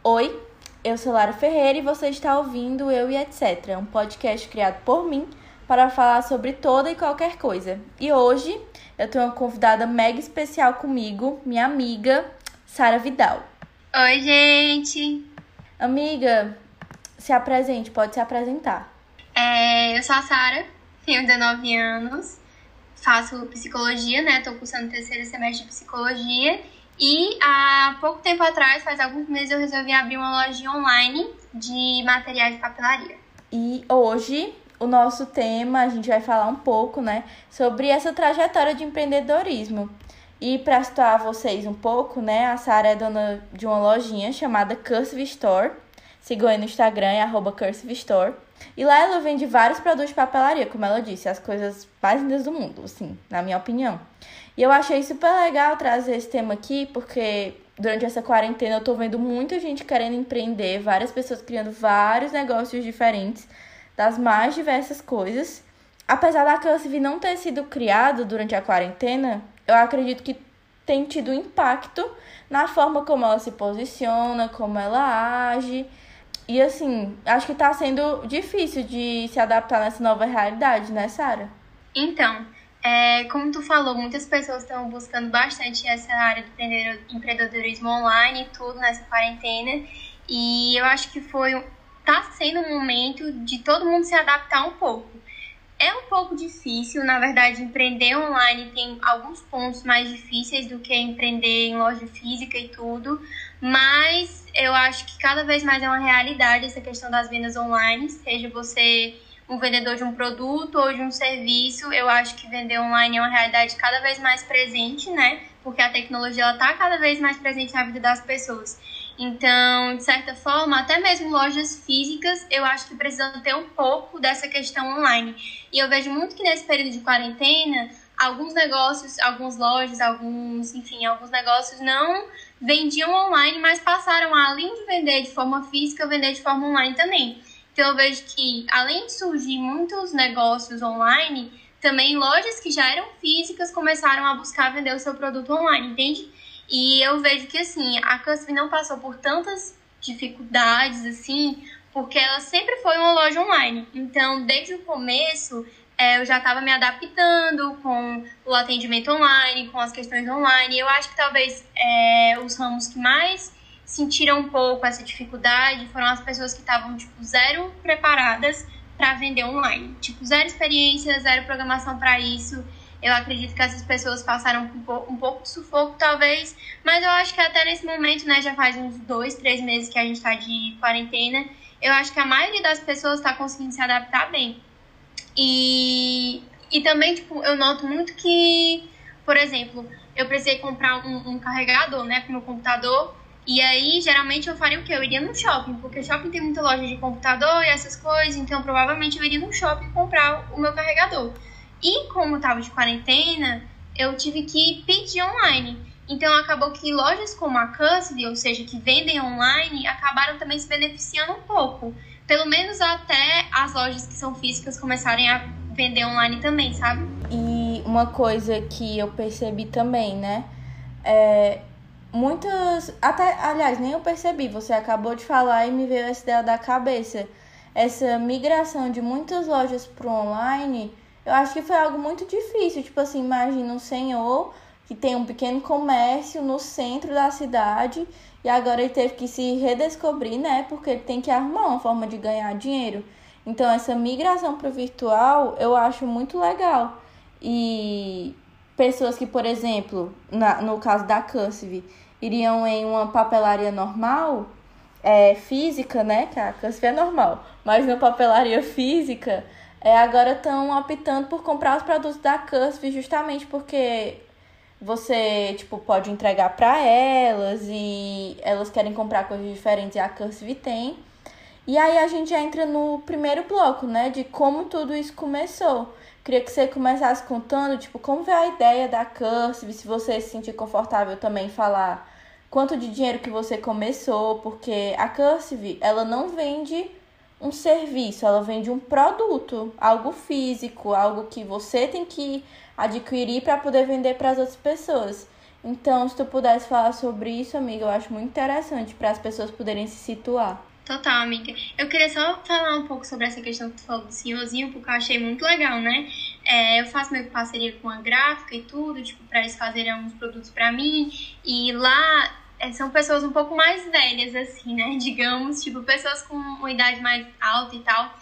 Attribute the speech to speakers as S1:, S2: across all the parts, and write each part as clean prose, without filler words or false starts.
S1: Oi, eu sou Lara Ferreira e você está ouvindo Eu e Etc., um podcast criado por mim para falar sobre toda e qualquer coisa. E hoje eu tenho uma convidada mega especial comigo, minha amiga Sara Vidal.
S2: Oi, gente!
S1: Amiga, se apresente, pode se apresentar.
S2: Eu sou a Sara, tenho 19 anos, faço psicologia, né? Tô cursando o terceiro semestre de psicologia. E há pouco tempo atrás, faz alguns meses, eu resolvi abrir uma lojinha online de materiais de papelaria.
S1: E hoje, o nosso tema, a gente vai falar um pouco, né, sobre essa trajetória de empreendedorismo. E para situar vocês um pouco, né, a Sara é dona de uma lojinha chamada Cursive Store. Sigam aí no Instagram, é @Cursive Store. E lá ela vende vários produtos de papelaria, como ela disse, as coisas mais lindas do mundo, assim, na minha opinião. E eu achei super legal trazer esse tema aqui, porque durante essa quarentena eu tô vendo muita gente querendo empreender, várias pessoas criando vários negócios diferentes, das mais diversas coisas. Apesar da Cursive não ter sido criado durante a quarentena, eu acredito que tem tido impacto na forma como ela se posiciona, como ela age. E assim, acho que tá sendo difícil de se adaptar nessa nova realidade, né, Sara?
S2: Então, como tu falou, muitas pessoas estão buscando bastante essa área do empreendedorismo online e tudo nessa quarentena. E eu acho que tá sendo um momento de todo mundo se adaptar um pouco. É um pouco difícil, na verdade, empreender online tem alguns pontos mais difíceis do que empreender em loja física e tudo, mas eu acho que cada vez mais é uma realidade essa questão das vendas online, seja você um vendedor de um produto ou de um serviço. Eu acho que vender online é uma realidade cada vez mais presente, né? Porque a tecnologia está cada vez mais presente na vida das pessoas. Então, de certa forma, até mesmo lojas físicas, eu acho que precisam ter um pouco dessa questão online. E eu vejo muito que nesse período de quarentena, alguns negócios, algumas lojas, alguns negócios não vendiam online, mas passaram a, além de vender de forma física, vender de forma online também. Então, eu vejo que, além de surgir muitos negócios online, também lojas que já eram físicas começaram a buscar vender o seu produto online, entende? E eu vejo que, assim, a Cursive não passou por tantas dificuldades, assim, porque ela sempre foi uma loja online. Então, desde o começo, eu já estava me adaptando com o atendimento online, com as questões online. Eu acho que talvez os ramos que mais sentiram um pouco essa dificuldade foram as pessoas que estavam, tipo, zero preparadas para vender online. Tipo, zero experiência, zero programação para isso. Eu acredito que essas pessoas passaram um pouco de sufoco, talvez, mas eu acho que até nesse momento, né, já faz uns 2, 3 meses que a gente está de quarentena, eu acho que a maioria das pessoas está conseguindo se adaptar bem. E também, tipo, eu noto muito que, por exemplo, eu precisei comprar um carregador, né, para o meu computador. E aí, geralmente, eu faria o quê? Eu iria no shopping, porque shopping tem muita loja de computador e essas coisas, então provavelmente eu iria no shopping comprar o meu carregador. E como eu tava de quarentena, eu tive que pedir online. Então, acabou que lojas como a Cursive, ou seja, que vendem online, acabaram também se beneficiando um pouco. Pelo menos até as lojas que são físicas começarem a vender online também, sabe?
S1: E uma coisa que eu percebi também, né, muitas, até, aliás, nem eu percebi, você acabou de falar e me veio essa ideia da cabeça. Essa migração de muitas lojas pro online, eu acho que foi algo muito difícil. Tipo assim, imagina um senhor que tem um pequeno comércio no centro da cidade e agora ele teve que se redescobrir, né? Porque ele tem que arrumar uma forma de ganhar dinheiro. Então, essa migração pro virtual eu acho muito legal. E pessoas que, por exemplo, no caso da Cursive, iriam em uma papelaria normal, física, né? Que a Cursive é normal, mas na papelaria física, agora estão optando por comprar os produtos da Cursive justamente porque você, tipo, pode entregar para elas e elas querem comprar coisas diferentes e a Cursive tem. E aí a gente já entra no primeiro bloco, né? De como tudo isso começou. Queria que você começasse contando, tipo, como veio a ideia da Cursive, se você se sentir confortável também falar quanto de dinheiro que você começou, porque a Cursive, ela não vende um serviço, ela vende um produto, algo físico, algo que você tem que adquirir para poder vender para as outras pessoas. Então, se tu pudesse falar sobre isso, amiga, eu acho muito interessante para as pessoas poderem se situar.
S2: Total, amiga. Eu queria só falar um pouco sobre essa questão que tu falou do senhorzinho, porque eu achei muito legal, né? Eu faço meio que parceria com a gráfica e tudo, tipo, pra eles fazerem alguns produtos pra mim. E lá são pessoas um pouco mais velhas, assim, né? Digamos, tipo, pessoas com uma idade mais alta e tal.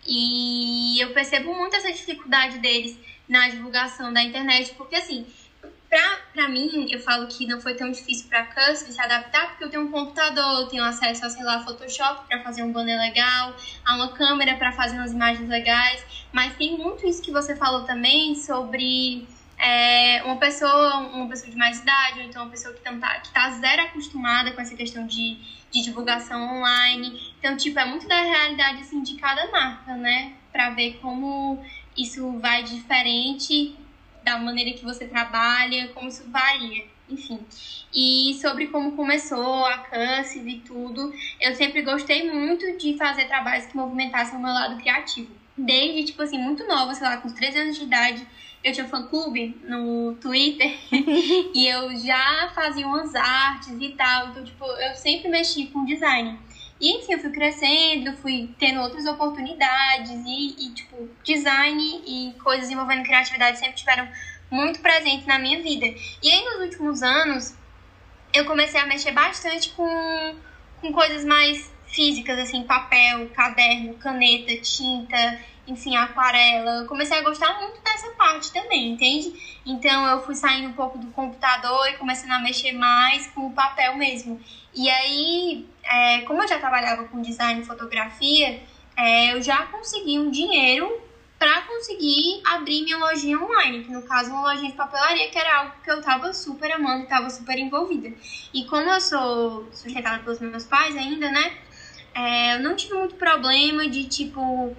S2: E eu percebo muito essa dificuldade deles na divulgação da internet, porque, assim, pra mim, eu falo que não foi tão difícil pra Custom se adaptar, porque eu tenho um computador, eu tenho acesso a, sei lá, Photoshop pra fazer um banner legal, a uma câmera pra fazer umas imagens legais, mas tem muito isso que você falou também sobre uma pessoa de mais idade, ou então uma pessoa que tá zero acostumada com essa questão de divulgação online. Então, tipo, é muito da realidade, assim, de cada marca, né? Pra ver como isso vai diferente da maneira que você trabalha, como isso varia, enfim. E sobre como começou a Cursive e tudo, eu sempre gostei muito de fazer trabalhos que movimentassem o meu lado criativo. Desde, tipo assim, muito nova, sei lá, com 13 anos de idade, eu tinha um fã-clube no Twitter e eu já fazia umas artes e tal, então, tipo, eu sempre mexi com design. E, enfim, eu fui crescendo, fui tendo outras oportunidades e, tipo, design e coisas envolvendo criatividade sempre tiveram muito presentes na minha vida. E aí, nos últimos anos, eu comecei a mexer bastante com coisas mais físicas, assim, papel, caderno, caneta, tinta, enfim, aquarela. Eu comecei a gostar muito dessa parte também, entende? Então, eu fui saindo um pouco do computador e começando a mexer mais com o papel mesmo. E aí, como eu já trabalhava com design e fotografia, eu já consegui um dinheiro para conseguir abrir minha lojinha online, que no caso é uma lojinha de papelaria, que era algo que eu tava super amando e tava super envolvida. E como eu sou sustentada pelos meus pais ainda, né, eu não tive muito problema de, tipo,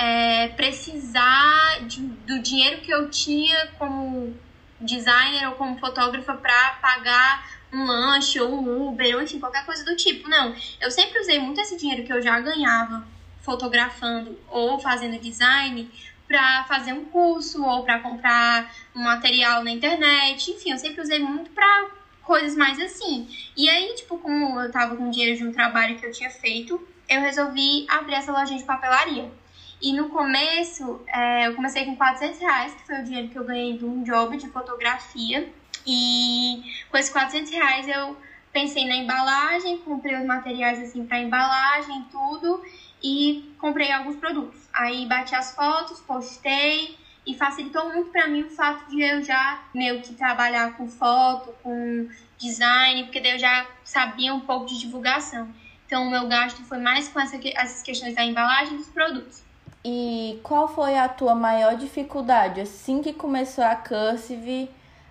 S2: precisar do dinheiro que eu tinha como designer ou como fotógrafa para pagar um lanche ou um Uber, ou enfim, qualquer coisa do tipo. Não, eu sempre usei muito esse dinheiro que eu já ganhava fotografando ou fazendo design para fazer um curso ou para comprar um material na internet. Enfim, eu sempre usei muito para coisas mais assim. E aí, tipo, como eu tava com dinheiro de um trabalho que eu tinha feito, eu resolvi abrir essa lojinha de papelaria. E no começo, eu comecei com R$400, que foi o dinheiro que eu ganhei de um job de fotografia. E com esses R$400 eu pensei na embalagem, comprei os materiais assim para embalagem, tudo, e comprei alguns produtos. Aí bati as fotos, postei e facilitou muito para mim o fato de eu já meio que trabalhar com foto, com design, porque daí eu já sabia um pouco de divulgação. Então o meu gasto foi mais com essas questões da embalagem dos produtos.
S1: E qual foi a tua maior dificuldade assim que começou a Cursive?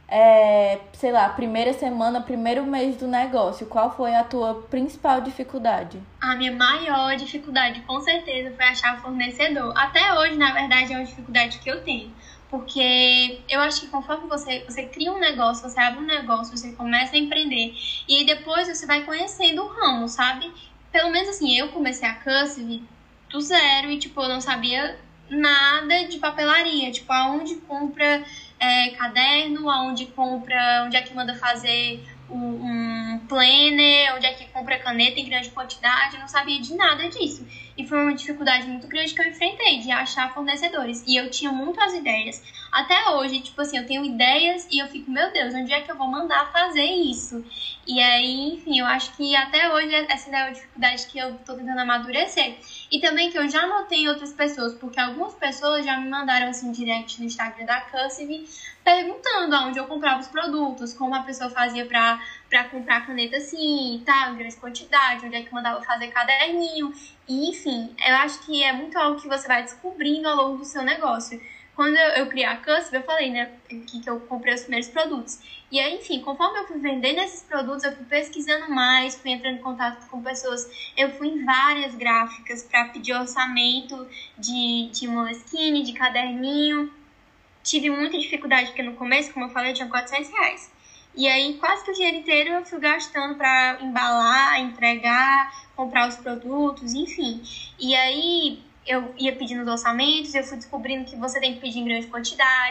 S1: Sei lá, primeira semana, primeiro mês do negócio, qual foi a tua principal dificuldade?
S2: A minha maior dificuldade, com certeza, foi achar fornecedor. Até hoje, na verdade, é uma dificuldade que eu tenho. Porque eu acho que conforme você cria um negócio, você abre um negócio, você começa a empreender, e aí depois você vai conhecendo o ramo, sabe? Pelo menos assim, eu comecei a Cursive do zero e, tipo, eu não sabia nada de papelaria. Tipo, aonde compra caderno, onde é que manda fazer um planner, onde é que compra caneta em grande quantidade, eu não sabia de nada disso. E foi uma dificuldade muito grande que eu enfrentei, de achar fornecedores. E eu tinha muitas ideias. Até hoje, tipo assim, eu tenho ideias e eu fico, meu Deus, onde é que eu vou mandar fazer isso? E aí, enfim, eu acho que até hoje essa é a dificuldade que eu tô tentando amadurecer. E também que eu já notei em outras pessoas, porque algumas pessoas já me mandaram assim direct no Instagram da Cursive, perguntando aonde eu comprava os produtos, como a pessoa fazia pra comprar caneta assim e tal, em grande quantidade, onde é que mandava fazer caderninho. E, enfim, eu acho que é muito algo que você vai descobrindo ao longo do seu negócio. Quando eu criei a Cursive, eu falei, né, que eu comprei os primeiros produtos. E aí, enfim, conforme eu fui vendendo esses produtos, eu fui pesquisando mais, fui entrando em contato com pessoas. Eu fui em várias gráficas para pedir orçamento de moleskine, de caderninho. Tive muita dificuldade, porque no começo, como eu falei, eu tinha R$400. E aí, quase que o dinheiro inteiro eu fui gastando para embalar, entregar, comprar os produtos, enfim. E aí, eu ia pedindo os orçamentos, eu fui descobrindo que você tem que pedir em grande quantidade,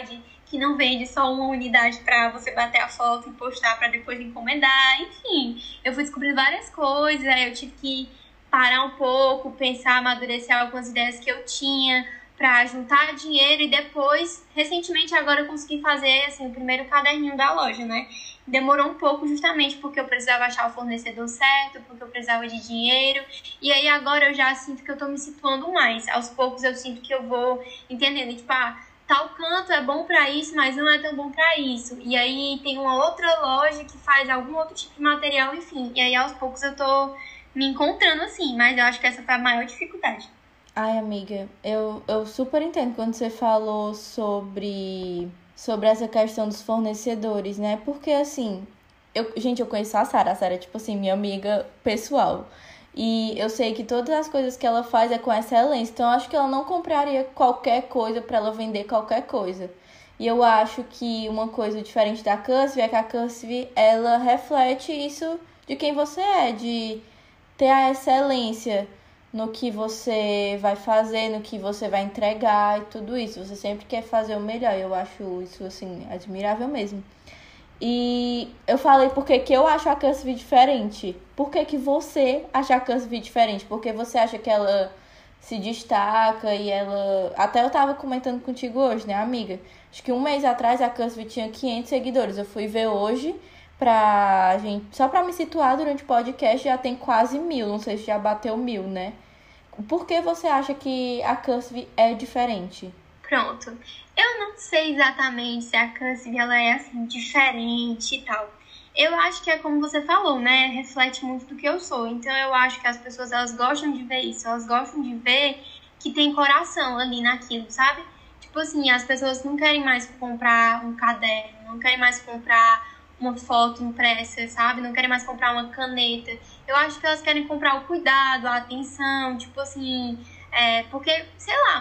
S2: que não vende só uma unidade para você bater a foto e postar para depois encomendar. Enfim, eu fui descobrindo várias coisas, aí eu tive que parar um pouco, pensar, amadurecer algumas ideias que eu tinha para juntar dinheiro e depois, recentemente agora eu consegui fazer assim, o primeiro caderninho da loja, né? Demorou um pouco justamente porque eu precisava achar o fornecedor certo, porque eu precisava de dinheiro. E aí agora eu já sinto que eu tô me situando mais. Aos poucos eu sinto que eu vou entendendo, tipo, tal canto é bom para isso, mas não é tão bom para isso. E aí tem uma outra loja que faz algum outro tipo de material, enfim. E aí aos poucos eu tô me encontrando assim, mas eu acho que essa foi a maior dificuldade.
S1: Ai, amiga, eu super entendo quando você falou sobre essa questão dos fornecedores, né? Porque, assim, eu conheço a Sara é, tipo assim, minha amiga pessoal. E eu sei que todas as coisas que ela faz é com excelência. Então, eu acho que ela não compraria qualquer coisa pra ela vender qualquer coisa. E eu acho que uma coisa diferente da Cusv é que a Cusv, ela reflete isso de quem você é, de ter a excelência no que você vai fazer, no que você vai entregar e tudo isso. Você sempre quer fazer o melhor. Eu acho isso, assim, admirável mesmo. E eu falei porque que eu acho a Cusv diferente. Por que você acha a Cusv diferente? Porque você acha que ela se destaca e ela... Até eu tava comentando contigo hoje, né, amiga? Acho que um mês atrás a Cusv tinha 500 seguidores. Eu fui ver hoje pra gente... Só pra me situar durante o podcast já tem quase 1000. Não sei se já bateu 1000, né? Por que você acha que a Cusv é diferente?
S2: Pronto. Eu não sei exatamente se a Cusv ela é assim diferente e tal. Eu acho que é como você falou, né? Reflete muito do que eu sou. Então eu acho que as pessoas elas gostam de ver isso. Elas gostam de ver que tem coração ali naquilo, sabe? Tipo assim, as pessoas não querem mais comprar um caderno, não querem mais comprar uma foto impressa, sabe? Não querem mais comprar uma caneta. Eu acho que elas querem comprar o cuidado, a atenção, tipo assim... porque, sei lá,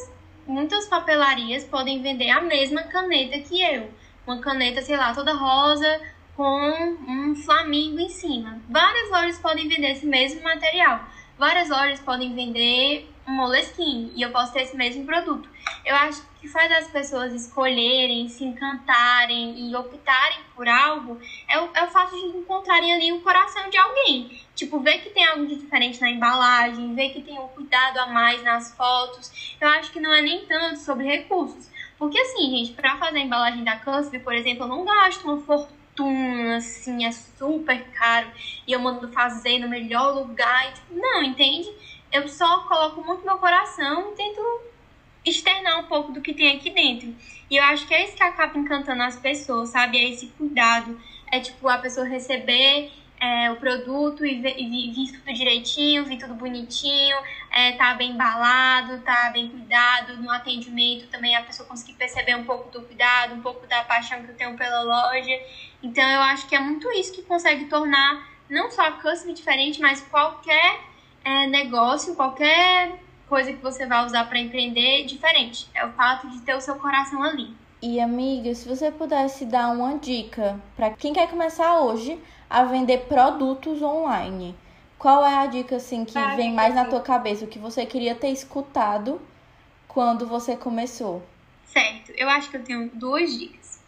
S2: muitas papelarias podem vender a mesma caneta que eu. Uma caneta, sei lá, toda rosa com um flamingo em cima. Várias lojas podem vender esse mesmo material. Várias lojas podem vender um Moleskine e eu posso ter esse mesmo produto. Eu acho que faz as pessoas escolherem, se encantarem e optarem por algo é o fato de encontrarem ali o coração de alguém. Tipo, ver que tem algo de diferente na embalagem, ver que tem um cuidado a mais nas fotos. Eu acho que não é nem tanto sobre recursos. Porque assim, gente, pra fazer a embalagem da Cusv, por exemplo, eu não gasto uma fortuna, assim, é super caro. E eu mando fazer no melhor lugar. E, tipo, não, entende? Eu só coloco muito meu coração e tento externar um pouco do que tem aqui dentro. E eu acho que é isso que acaba encantando as pessoas, sabe? É esse cuidado. É tipo a pessoa receber o produto e vir tudo direitinho, vir tudo bonitinho, tá bem embalado, tá bem cuidado. No atendimento também a pessoa conseguir perceber um pouco do cuidado, um pouco da paixão que eu tenho pela loja. Então eu acho que é muito isso que consegue tornar não só a Cusv diferente, mas qualquer negócio, qualquer coisa que você vai usar para empreender diferente. É o fato de ter o seu coração ali.
S1: E amiga, se você pudesse dar uma dica para quem quer começar hoje a vender produtos online, qual é a dica assim que vem mais na tua cabeça, o que você queria ter escutado quando você começou?
S2: Certo, eu acho que eu tenho 2 dicas.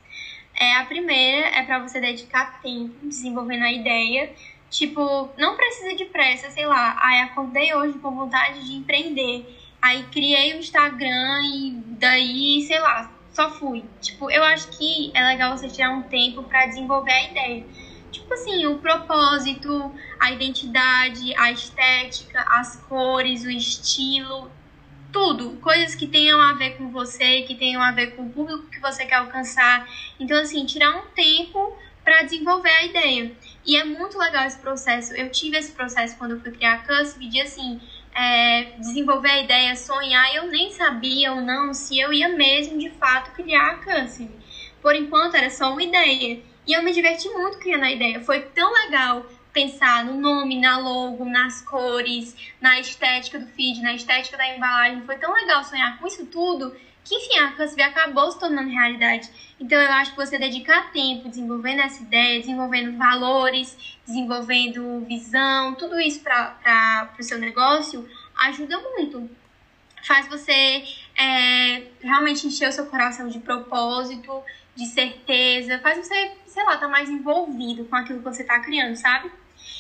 S2: A primeira é para você dedicar tempo desenvolvendo a ideia. Tipo, não precisa de pressa, sei lá. Acordei hoje com vontade de empreender. Aí criei o Instagram e daí, sei lá, só fui. Tipo, eu acho que é legal você tirar um tempo pra desenvolver a ideia. Tipo assim, o propósito, a identidade, a estética, as cores, o estilo, tudo. Coisas que tenham a ver com você, que tenham a ver com o público que você quer alcançar. Então, assim, tirar um tempo para desenvolver a ideia. E é muito legal esse processo. Eu tive esse processo quando eu fui criar a Cusv, de assim, desenvolver a ideia, sonhar. Eu nem sabia ou não se eu ia mesmo, de fato, criar a Cusv. Por enquanto, era só uma ideia. E eu me diverti muito criando a ideia. Foi tão legal pensar no nome, na logo, nas cores, na estética do feed, na estética da embalagem. Foi tão legal sonhar com isso tudo que, enfim, a Cusv acabou se tornando realidade. Então, eu acho que você dedicar tempo desenvolvendo essa ideia, desenvolvendo valores, desenvolvendo visão, tudo isso para o seu negócio, ajuda muito. Faz você realmente encher o seu coração de propósito, de certeza, faz você, sei lá, tá mais envolvido com aquilo que você tá criando, sabe?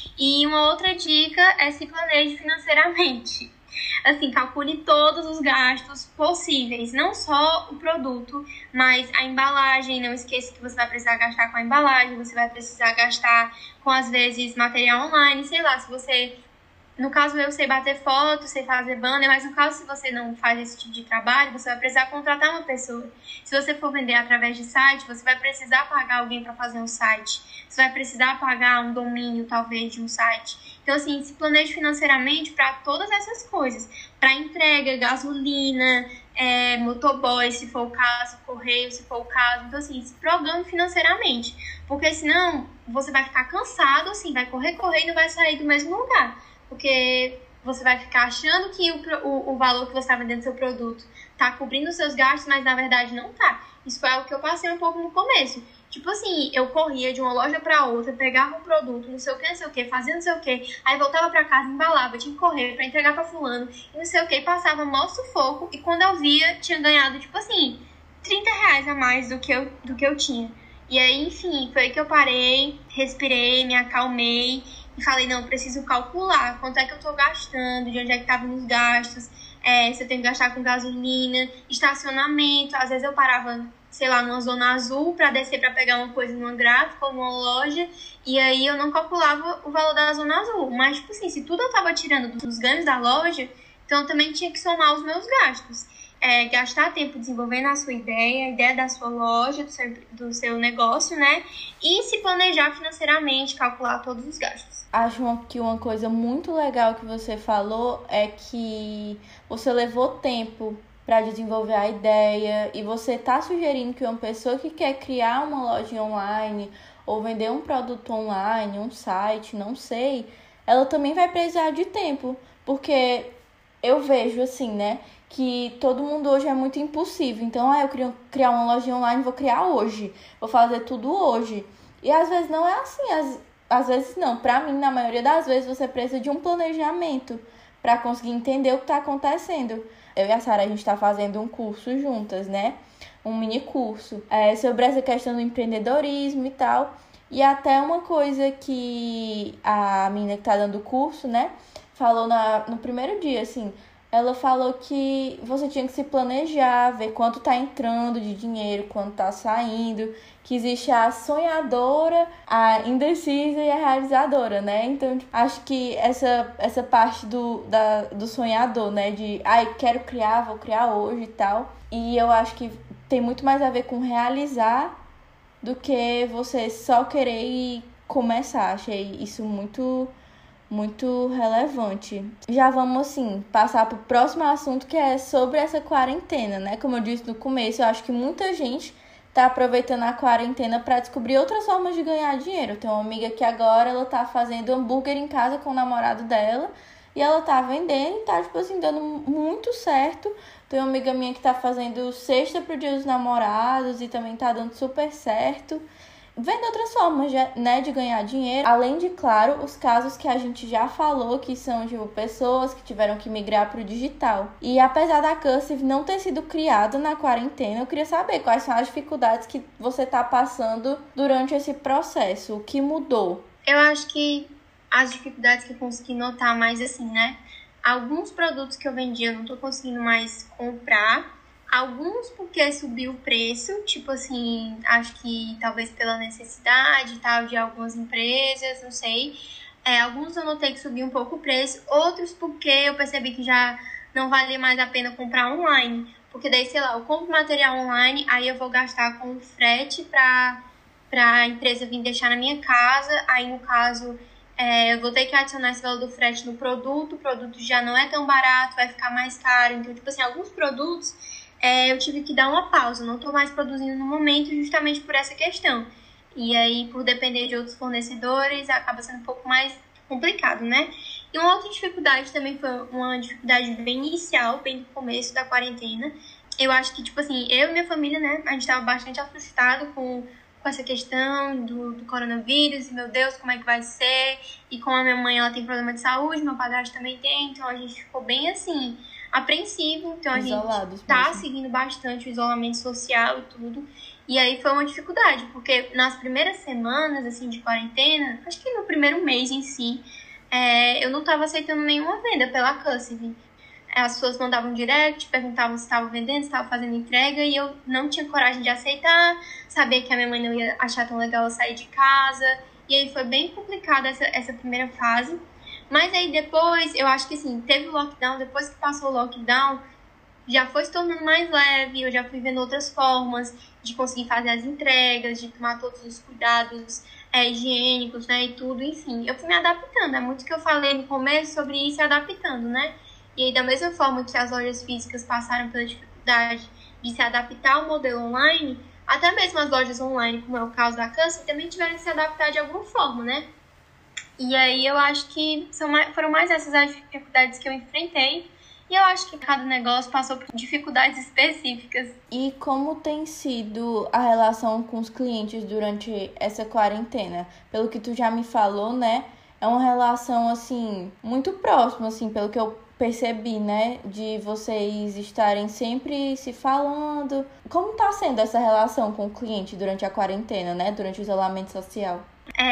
S2: E uma outra dica é se planeje financeiramente. Assim, calcule todos os gastos possíveis, não só o produto, mas a embalagem. Não esqueça que você vai precisar gastar com a embalagem, você vai precisar gastar com, às vezes, material online, sei lá, se você... No caso, eu sei bater foto, sei fazer banner, mas no caso, se você não faz esse tipo de trabalho, você vai precisar contratar uma pessoa. Se você for vender através de site, você vai precisar pagar alguém para fazer um site. Você vai precisar pagar um domínio, talvez, de um site. Então, assim, se planeje financeiramente para todas essas coisas. Para entrega, gasolina, motoboy, se for o caso, correio, se for o caso. Então, assim, se programe financeiramente. Porque senão, você vai ficar cansado, assim, vai correr e não vai sair do mesmo lugar. Porque você vai ficar achando que o valor que você está vendendo do seu produto está cobrindo os seus gastos, mas na verdade não tá. Isso foi algo que eu passei um pouco no começo. Tipo assim, eu corria de uma loja para outra, pegava um produto, não sei o que, fazia não sei o que, aí voltava para casa, embalava, tinha que correr para entregar para fulano, e não sei o que, passava mó sufoco, e quando eu via, tinha ganhado, tipo assim, R$ 30 a mais do que eu tinha. E aí, enfim, foi aí que eu parei, respirei, me acalmei, e falei, não, eu preciso calcular quanto é que eu tô gastando, de onde é que tá vindo os gastos, se eu tenho que gastar com gasolina, estacionamento. Às vezes eu parava, sei lá, numa zona azul pra descer pra pegar uma coisa numa gráfica ou numa loja, e aí eu não calculava o valor da zona azul. Mas, tipo assim, se tudo eu tava tirando dos ganhos da loja, então eu também tinha que somar os meus gastos. Gastar tempo desenvolvendo a sua ideia, a ideia da sua loja, do seu negócio, né? E se planejar financeiramente, calcular todos os gastos.
S1: Acho que uma coisa muito legal que você falou é que você levou tempo para desenvolver a ideia e você tá sugerindo que uma pessoa que quer criar uma loja online ou vender um produto online, um site, não sei, ela também vai precisar de tempo, porque eu vejo assim, né, que todo mundo hoje é muito impulsivo. Então, eu queria criar uma loja online, vou criar hoje, vou fazer tudo hoje. E às vezes não é assim, às vezes não. Pra mim, na maioria das vezes, você precisa de um planejamento para conseguir entender o que tá acontecendo. Eu e a Sara, a gente tá fazendo um curso juntas, né? Um mini curso sobre essa questão do empreendedorismo e tal. E até uma coisa que a menina que tá dando o curso, né, falou no primeiro dia, assim, ela falou que você tinha que se planejar, ver quanto tá entrando de dinheiro, quanto tá saindo, que existe a sonhadora, a indecisa e a realizadora, né? Então, acho que essa parte do sonhador, né? De, quero criar, vou criar hoje e tal. E eu acho que tem muito mais a ver com realizar do que você só querer e começar. Achei isso muito relevante. Já vamos, assim, passar para o próximo assunto, que é sobre essa quarentena, né? Como eu disse no começo, eu acho que muita gente tá aproveitando a quarentena para descobrir outras formas de ganhar dinheiro. Eu tenho uma amiga que agora ela tá fazendo hambúrguer em casa com o namorado dela e ela tá vendendo e tá, tipo assim, dando muito certo. Tem uma amiga minha que tá fazendo cesta pro Dia dos Namorados e também tá dando super certo. Vendo outras formas, né, de ganhar dinheiro, além de, claro, os casos que a gente já falou, que são de pessoas que tiveram que migrar para o digital. E apesar da Cursive não ter sido criada na quarentena, eu queria saber quais são as dificuldades que você está passando durante esse processo, o que mudou?
S2: Eu acho que as dificuldades que eu consegui notar mais assim, né? Alguns produtos que eu vendia eu não tô conseguindo mais comprar. Alguns porque subiu o preço, tipo assim, acho que talvez pela necessidade e tal de algumas empresas, não sei. Alguns eu notei que subiu um pouco o preço, outros porque eu percebi que já não valia mais a pena comprar online. Porque daí, sei lá, eu compro material online, aí eu vou gastar com frete pra a empresa vir deixar na minha casa, aí no caso eu vou ter que adicionar esse valor do frete no produto, o produto já não é tão barato, vai ficar mais caro. Então, tipo assim, alguns produtos eu tive que dar uma pausa, não estou mais produzindo no momento justamente por essa questão. E aí, por depender de outros fornecedores, acaba sendo um pouco mais complicado, né? E uma outra dificuldade também foi uma dificuldade bem inicial, bem no começo da quarentena. Eu acho que, tipo assim, eu e minha família, né, a gente estava bastante assustado com essa questão do coronavírus, e meu Deus, como é que vai ser? E como a minha mãe, ela tem problema de saúde, meu padrasto também tem, então a gente ficou bem assim, apreensivo, então a
S1: Isolados
S2: gente tá
S1: mesmo.
S2: seguindo bastante o isolamento social e tudo. E aí foi uma dificuldade, porque nas primeiras semanas, assim, de quarentena, acho que no primeiro mês em si, eu não tava aceitando nenhuma venda pela Custom. As pessoas mandavam direct, perguntavam se estava vendendo, se estava fazendo entrega, e eu não tinha coragem de aceitar, sabia que a minha mãe não ia achar tão legal eu sair de casa, e aí foi bem complicada essa primeira fase. Mas aí depois, eu acho que assim, teve o lockdown, depois que passou o lockdown, já foi se tornando mais leve, eu já fui vendo outras formas de conseguir fazer as entregas, de tomar todos os cuidados higiênicos, né, e tudo, enfim. Eu fui me adaptando, é muito que eu falei no começo sobre ir se adaptando, né? E aí, da mesma forma que as lojas físicas passaram pela dificuldade de se adaptar ao modelo online, até mesmo as lojas online, como é o caso da Custom, também tiveram que se adaptar de alguma forma, né? E aí eu acho que foram mais essas as dificuldades que eu enfrentei. E eu acho que cada negócio passou por dificuldades específicas.
S1: E como tem sido a relação com os clientes durante essa quarentena? Pelo que tu já me falou, né? É uma relação, assim, muito próxima, assim, pelo que eu percebi, né? De vocês estarem sempre se falando. Como tá sendo essa relação com o cliente durante a quarentena, né? Durante o isolamento social?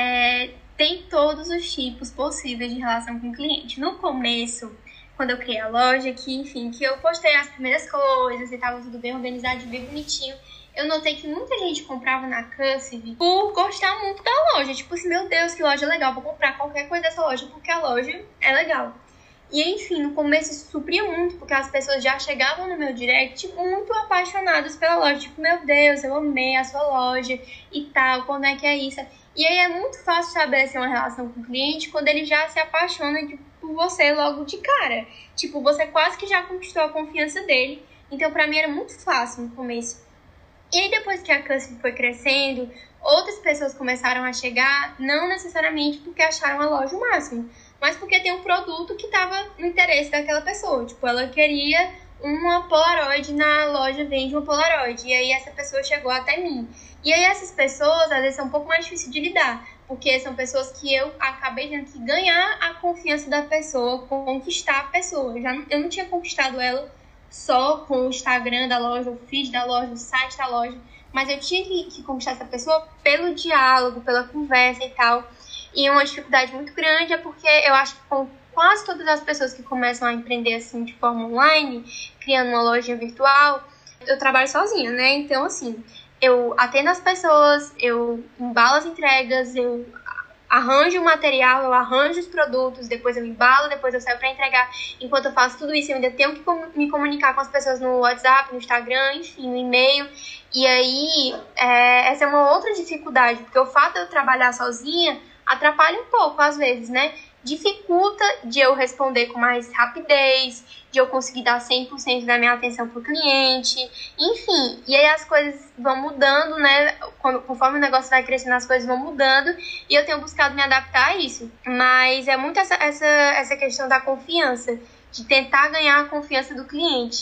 S2: Tem todos os tipos possíveis de relação com o cliente. No começo, quando eu criei a loja, que eu postei as primeiras coisas e tava tudo bem organizado, bem bonitinho, eu notei que muita gente comprava na Custom por gostar muito da loja. Tipo assim, meu Deus, que loja legal, vou comprar qualquer coisa dessa loja porque a loja é legal. E enfim, no começo isso supria muito, porque as pessoas já chegavam no meu direct muito apaixonadas pela loja. Tipo, meu Deus, eu amei a sua loja e tal, quando é que é isso? E aí é muito fácil estabelecer uma relação com o cliente quando ele já se apaixona por você logo de cara. Tipo, você quase que já conquistou a confiança dele. Então, pra mim, era muito fácil no começo. E aí, depois que a Custom foi crescendo, outras pessoas começaram a chegar, não necessariamente porque acharam a loja o máximo, mas porque tem um produto que estava no interesse daquela pessoa. Tipo, ela queria uma Polaroid, na loja vende uma Polaroid. E aí, essa pessoa chegou até mim. E aí, essas pessoas, às vezes, são um pouco mais difíceis de lidar, porque são pessoas que eu acabei tendo que ganhar a confiança da pessoa, conquistar a pessoa. Eu não tinha conquistado ela só com o Instagram da loja, o feed da loja, o site da loja, mas eu tinha que conquistar essa pessoa pelo diálogo, pela conversa e tal. E uma dificuldade muito grande é porque eu acho que com quase todas as pessoas que começam a empreender assim de forma online, criando uma loja virtual, eu trabalho sozinha, né? Então, assim, eu atendo as pessoas, eu embalo as entregas, eu arranjo o material, eu arranjo os produtos, depois eu embalo, depois eu saio para entregar. Enquanto eu faço tudo isso, eu ainda tenho que me comunicar com as pessoas no WhatsApp, no Instagram, enfim, no e-mail. E aí, essa é uma outra dificuldade, porque o fato de eu trabalhar sozinha atrapalha um pouco, às vezes, né? Dificulta de eu responder com mais rapidez, de eu conseguir dar 100% da minha atenção pro cliente, enfim. E aí as coisas vão mudando, né? Conforme o negócio vai crescendo, as coisas vão mudando e eu tenho buscado me adaptar a isso. Mas é muito essa questão da confiança, de tentar ganhar a confiança do cliente,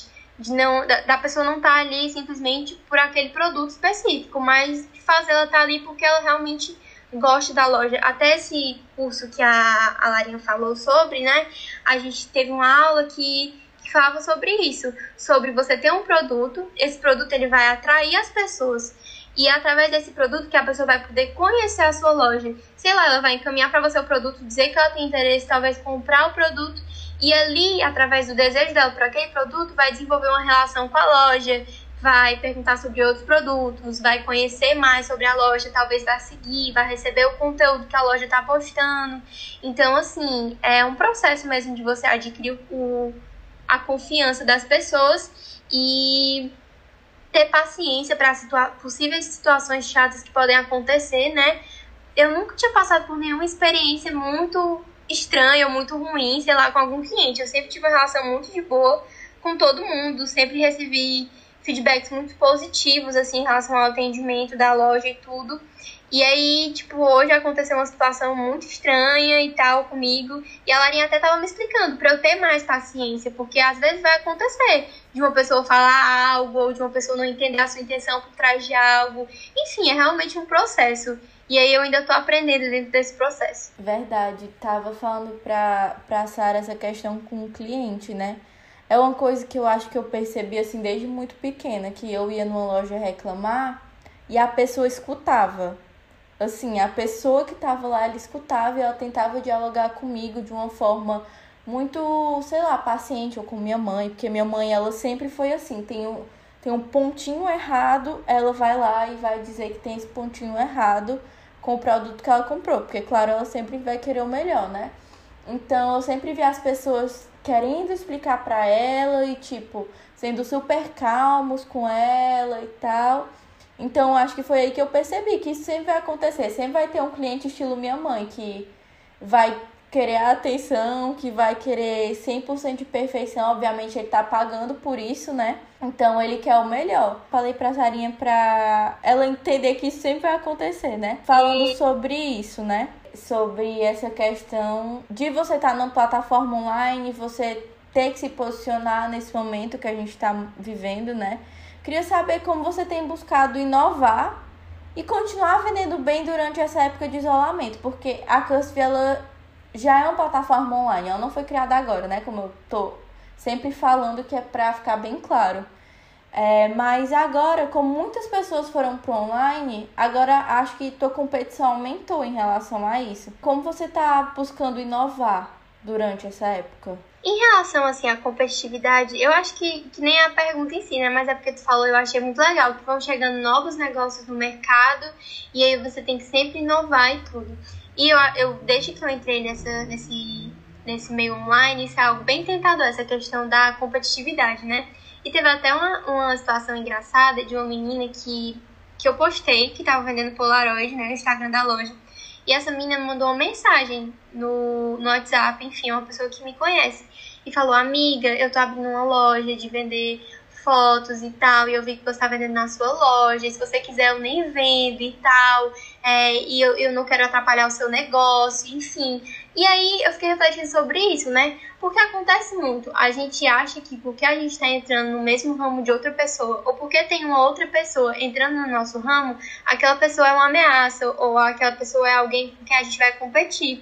S2: da pessoa não estar ali simplesmente por aquele produto específico, mas de fazer ela estar ali porque ela realmente gosto da loja. Até esse curso que a Larinha falou sobre, né? A gente teve uma aula que falava sobre isso, sobre você ter um produto, esse produto ele vai atrair as pessoas e através desse produto que a pessoa vai poder conhecer a sua loja. Sei lá, ela vai encaminhar para você o produto, dizer que ela tem interesse, talvez comprar o produto e ali, através do desejo dela por aquele produto, vai desenvolver uma relação com a loja, vai perguntar sobre outros produtos, vai conhecer mais sobre a loja, talvez vai seguir, vai receber o conteúdo que a loja está postando. Então, assim, é um processo mesmo de você adquirir a confiança das pessoas e ter paciência para possíveis situações chatas que podem acontecer, né? Eu nunca tinha passado por nenhuma experiência muito estranha ou muito ruim, sei lá, com algum cliente. Eu sempre tive uma relação muito de boa com todo mundo, sempre recebi feedbacks muito positivos, assim, em relação ao atendimento da loja e tudo. E aí, tipo, hoje aconteceu uma situação muito estranha e tal comigo. E a Larinha até tava me explicando pra eu ter mais paciência, porque às vezes vai acontecer de uma pessoa falar algo ou de uma pessoa não entender a sua intenção por trás de algo. Enfim, é realmente um processo. E aí eu ainda tô aprendendo dentro desse processo.
S1: Verdade. Tava falando pra Sara essa questão com o cliente, né? É uma coisa que eu acho que eu percebi assim desde muito pequena, que eu ia numa loja reclamar e a pessoa escutava. Assim, a pessoa que tava lá, ela escutava e ela tentava dialogar comigo de uma forma muito, sei lá, paciente, ou com minha mãe, porque minha mãe, ela sempre foi assim, tem um pontinho errado, ela vai lá e vai dizer que tem esse pontinho errado com o produto que ela comprou, porque, claro, ela sempre vai querer o melhor, né? Então, eu sempre vi as pessoas querendo explicar pra ela e, tipo, sendo super calmos com ela e tal. Então, acho que foi aí que eu percebi que isso sempre vai acontecer. Sempre vai ter um cliente estilo minha mãe, que vai querer a atenção, que vai querer 100% de perfeição. Obviamente, ele tá pagando por isso, né? Então, ele quer o melhor. Falei pra Sarinha pra ela entender que isso sempre vai acontecer, né? Falando sobre isso, né? Sobre essa questão de você estar numa plataforma online, você ter que se posicionar nesse momento que a gente tá vivendo, né? Queria saber como você tem buscado inovar e continuar vendendo bem durante essa época de isolamento, porque a Cusp, ela já é uma plataforma online, ela não foi criada agora, né? Como eu tô sempre falando, que é pra ficar bem claro. Mas agora, como muitas pessoas foram pro online, agora acho que tua competição aumentou em relação a isso. Como você tá buscando inovar durante essa época?
S2: Em relação, assim, à competitividade, eu acho que nem a pergunta em si, né? Mas é porque tu falou, eu achei muito legal, que vão chegando novos negócios no mercado e aí você tem que sempre inovar e tudo. E desde que eu entrei nesse meio online, isso é algo bem tentador, essa questão da competitividade, né? E teve até uma situação engraçada de uma menina que eu postei, que tava vendendo Polaroid, né, no Instagram da loja. E essa menina me mandou uma mensagem no WhatsApp, enfim, uma pessoa que me conhece. E falou, amiga, eu tô abrindo uma loja de vender fotos e tal, e eu vi que você tá vendendo na sua loja, e se você quiser eu nem vendo e tal, e eu não quero atrapalhar o seu negócio, enfim. E aí eu fiquei refletindo sobre isso, né? Porque acontece muito, a gente acha que porque a gente tá entrando no mesmo ramo de outra pessoa, ou porque tem uma outra pessoa entrando no nosso ramo, aquela pessoa é uma ameaça, ou aquela pessoa é alguém com quem a gente vai competir.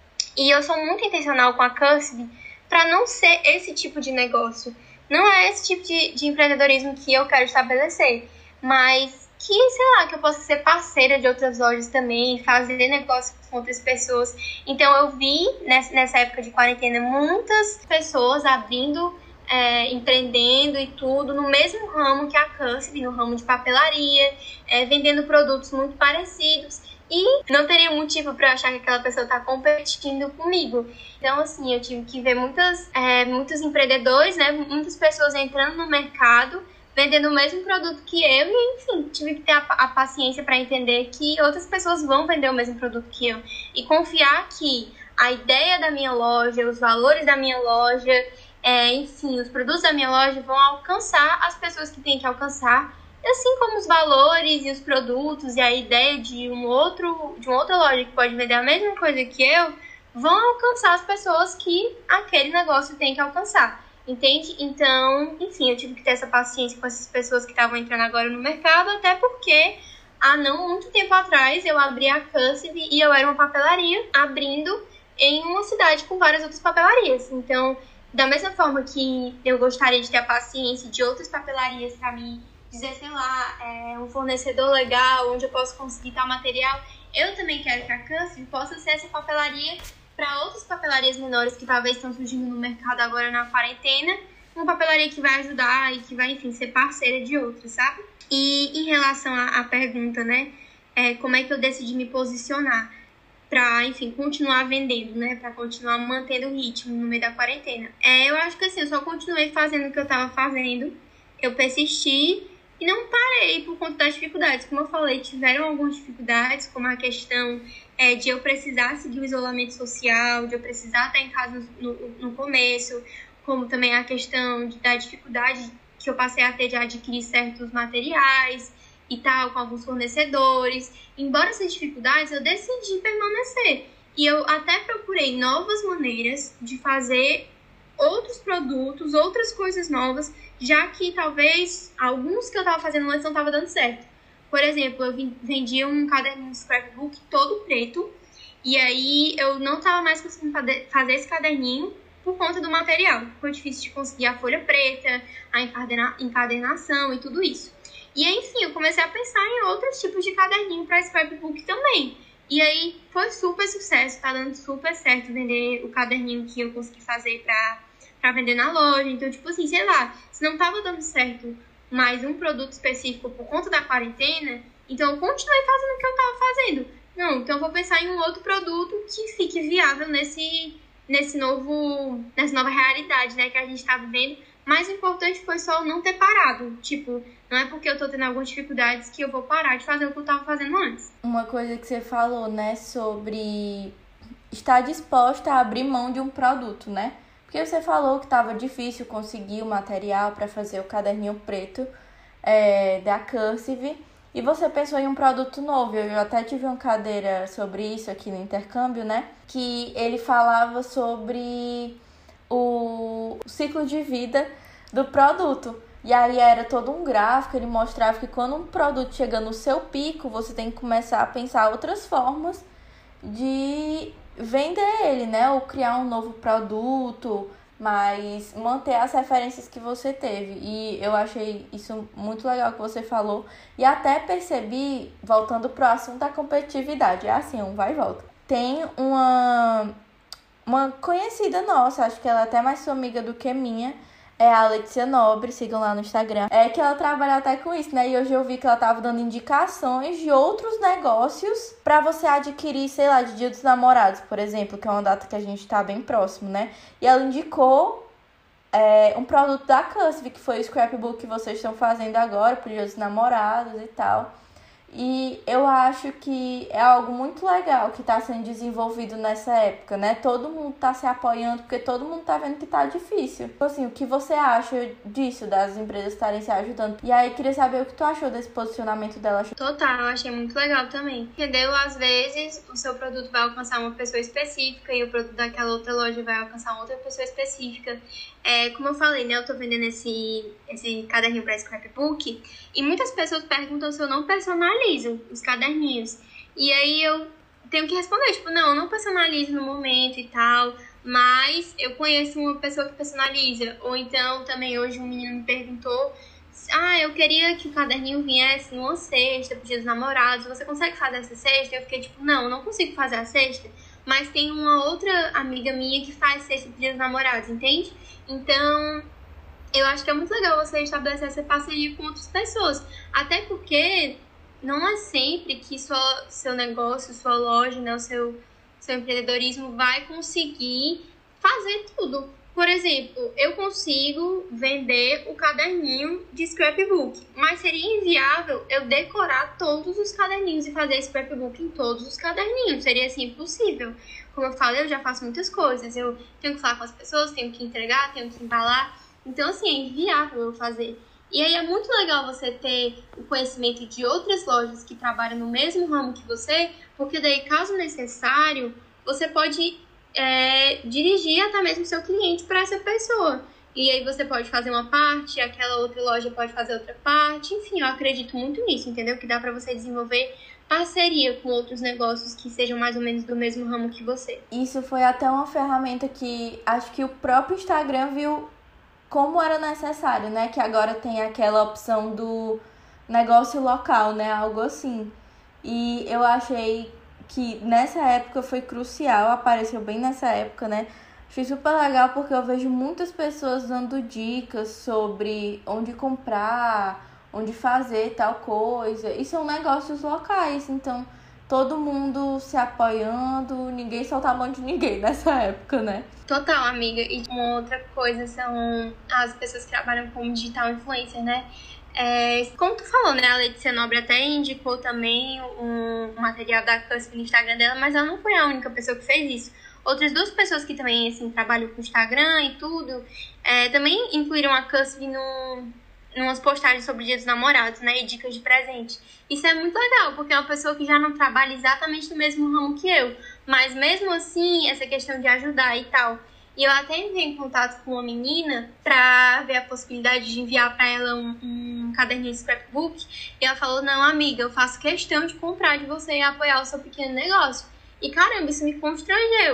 S2: E eu sou muito intencional com a Cusp para não ser esse tipo de negócio. Não é esse tipo de empreendedorismo que eu quero estabelecer, mas que, sei lá, que eu possa ser parceira de outras lojas também, fazer negócio com outras pessoas. Então eu vi, nessa época de quarentena, muitas pessoas abrindo, empreendendo e tudo, no mesmo ramo que a Cusp, no ramo de papelaria, vendendo produtos muito parecidos. E não teria motivo para eu achar que aquela pessoa está competindo comigo. Então, assim, eu tive que ver muitos empreendedores, né? Muitas pessoas entrando no mercado, vendendo o mesmo produto que eu. E, enfim, tive que ter a paciência para entender que outras pessoas vão vender o mesmo produto que eu. E confiar que a ideia da minha loja, os valores da minha loja, enfim, os produtos da minha loja vão alcançar as pessoas que têm que alcançar. Assim como os valores e os produtos e a ideia de uma outra loja que pode vender a mesma coisa que eu, vão alcançar as pessoas que aquele negócio tem que alcançar, entende? Então, enfim, eu tive que ter essa paciência com essas pessoas que estavam entrando agora no mercado, até porque há não muito tempo atrás eu abri a Cusp e eu era uma papelaria abrindo em uma cidade com várias outras papelarias. Então, da mesma forma que eu gostaria de ter a paciência de outras papelarias para mim dizer, sei lá, um fornecedor legal, onde eu posso conseguir tal material, eu também quero que a Cusp possa ser essa papelaria para outras papelarias menores que talvez estão surgindo no mercado agora na quarentena, uma papelaria que vai ajudar e que vai, enfim, ser parceira de outras, sabe? E em relação à pergunta, né, como é que eu decidi me posicionar para, enfim, continuar vendendo, né, para continuar mantendo o ritmo no meio da quarentena. Eu acho que, assim, eu só continuei fazendo o que eu estava fazendo, eu persisti, e não parei por conta das dificuldades. Como eu falei, tiveram algumas dificuldades, como a questão de eu precisar seguir o isolamento social, de eu precisar estar em casa no começo, como também a questão da dificuldade que eu passei a ter de adquirir certos materiais e tal, com alguns fornecedores. Embora essas dificuldades, eu decidi permanecer. E eu até procurei novas maneiras de fazer outros produtos, outras coisas novas, já que talvez alguns que eu estava fazendo antes não estavam dando certo. Por exemplo, eu vendia um caderninho de scrapbook todo preto, e aí eu não estava mais conseguindo fazer esse caderninho, por conta do material. Ficou difícil de conseguir a folha preta, a encadernação e tudo isso. E aí, enfim, eu comecei a pensar em outros tipos de caderninho para scrapbook também. E aí foi super sucesso, tá dando super certo vender o caderninho que eu consegui fazer pra vender na loja. Então, tipo assim, sei lá, se não tava dando certo mais um produto específico por conta da quarentena, então eu continuei fazendo o que eu tava fazendo. Não, então eu vou pensar em um outro produto que fique viável nessa nova realidade, né, que a gente tá vivendo. Mas o importante foi só não ter parado. Tipo, não é porque eu tô tendo algumas dificuldades que eu vou parar de fazer o que eu tava fazendo antes.
S1: Uma coisa que você falou, né, sobre estar disposta a abrir mão de um produto, né? Porque você falou que tava difícil conseguir o material para fazer o caderninho preto da Cursive. E você pensou em um produto novo. Eu até tive uma cadeira sobre isso aqui no intercâmbio, né? Que ele falava sobre o ciclo de vida do produto. E aí era todo um gráfico, ele mostrava que quando um produto chega no seu pico, você tem que começar a pensar outras formas de vender ele, né? Ou criar um novo produto, mas manter as referências que você teve. E eu achei isso muito legal que você falou. E até percebi, voltando pro assunto da competitividade, é assim, um vai e volta. Tem uma conhecida nossa, acho que ela é até mais sua amiga do que minha, é a Letícia Nobre, sigam lá no Instagram. É que ela trabalha até com isso, né? E hoje eu vi que ela tava dando indicações de outros negócios pra você adquirir, sei lá, de Dia dos Namorados, por exemplo, que é uma data que a gente tá bem próximo, né? E ela indicou um produto da Cursive, que foi o scrapbook que vocês estão fazendo agora pro Dia dos Namorados e tal. E eu acho que é algo muito legal que está sendo desenvolvido nessa época, né? Todo mundo está se apoiando, porque todo mundo está vendo que tá difícil. Assim, o que você acha disso, das empresas estarem se ajudando? E aí, queria saber o que tu achou desse posicionamento dela.
S2: Total, eu achei muito legal também. Entendeu? Às vezes, o seu produto vai alcançar uma pessoa específica e o produto daquela outra loja vai alcançar outra pessoa específica. Como eu falei, né? Eu tô vendendo esse caderninho para scrapbook e muitas pessoas perguntam se eu não personalizo os caderninhos. E aí eu tenho que responder, tipo, não, eu não personalizo no momento e tal, mas eu conheço uma pessoa que personaliza. Ou então, também hoje um menino me perguntou, eu queria que o caderninho viesse numa cesta pro Dia dos Namorados, você consegue fazer essa cesta? Eu fiquei tipo, não, eu não consigo fazer a cesta, mas tem uma outra amiga minha que faz cesta pro Dia dos Namorados, entende? Então, eu acho que é muito legal você estabelecer essa parceria com outras pessoas. Até porque não é sempre que seu negócio, sua loja, né, o seu empreendedorismo vai conseguir fazer tudo. Por exemplo, eu consigo vender o caderninho de scrapbook, mas seria inviável eu decorar todos os caderninhos e fazer scrapbook em todos os caderninhos. Seria assim impossível. Como eu falei, eu já faço muitas coisas. Eu tenho que falar com as pessoas, tenho que entregar, tenho que embalar. Então, assim, é inviável eu fazer. E aí é muito legal você ter o conhecimento de outras lojas que trabalham no mesmo ramo que você, porque daí, caso necessário, você pode dirigir até mesmo seu cliente para essa pessoa. E aí você pode fazer uma parte, aquela outra loja pode fazer outra parte. Enfim, eu acredito muito nisso, entendeu? Que dá para você desenvolver parceria com outros negócios que sejam mais ou menos do mesmo ramo que você.
S1: Isso foi até uma ferramenta que acho que o próprio Instagram viu como era necessário, né? Que agora tem aquela opção do negócio local, né? Algo assim. E eu achei que nessa época foi crucial, apareceu bem nessa época, né? Achei super legal porque eu vejo muitas pessoas dando dicas sobre onde comprar, onde fazer tal coisa. E são negócios locais, então todo mundo se apoiando, ninguém solta a mão de ninguém nessa época, né?
S2: Total, amiga. E uma outra coisa são as pessoas que trabalham como digital influencer, né? Como tu falou, né? A Letícia Nobre até indicou também um material da Cursive no Instagram dela, mas ela não foi a única pessoa que fez isso. Outras duas pessoas que também, assim, trabalham com Instagram e tudo, também incluíram a Cursive numas postagens sobre o Dia dos Namorados, né? E dicas de presente. Isso é muito legal, porque é uma pessoa que já não trabalha exatamente no mesmo ramo que eu. Mas mesmo assim, essa questão de ajudar e tal. E eu até entrei em contato com uma menina pra ver a possibilidade de enviar pra ela um caderninho de scrapbook. E ela falou, não, amiga, eu faço questão de comprar de você e apoiar o seu pequeno negócio. E caramba, isso me constrangeu.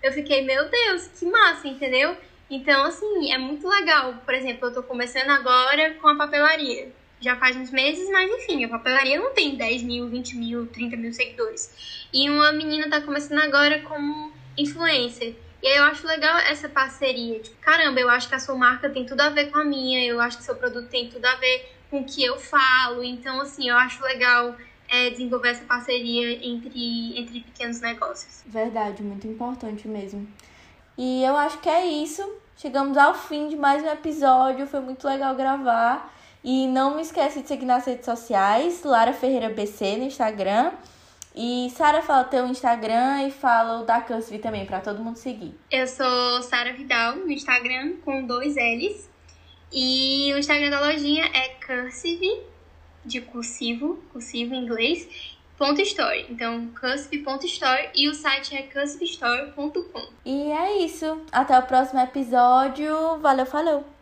S2: eu fiquei, meu Deus, que massa, entendeu? Então, assim, é muito legal. Por exemplo, eu tô começando agora com a papelaria. Já faz uns meses, mas enfim, a papelaria não tem 10 mil, 20 mil, 30 mil seguidores. E uma menina tá começando agora como influencer. E aí eu acho legal essa parceria. Tipo, caramba, eu acho que a sua marca tem tudo a ver com a minha, eu acho que seu produto tem tudo a ver com o que eu falo. Então, assim, eu acho legal desenvolver essa parceria entre pequenos negócios.
S1: Verdade, muito importante mesmo. E eu acho que é isso. Chegamos ao fim de mais um episódio. Foi muito legal gravar. E não me esquece de seguir nas redes sociais. Lara Ferreira BC no Instagram. E Sara, fala teu Instagram e fala o da Cursive também, pra todo mundo seguir.
S2: Eu sou Sara Vidal no Instagram, com 2 L's. E o Instagram da lojinha é Cursive, de cursivo em inglês, .store. Então, cursive.store e o site é cursivestore.com.
S1: E é isso. Até o próximo episódio. Valeu, falou!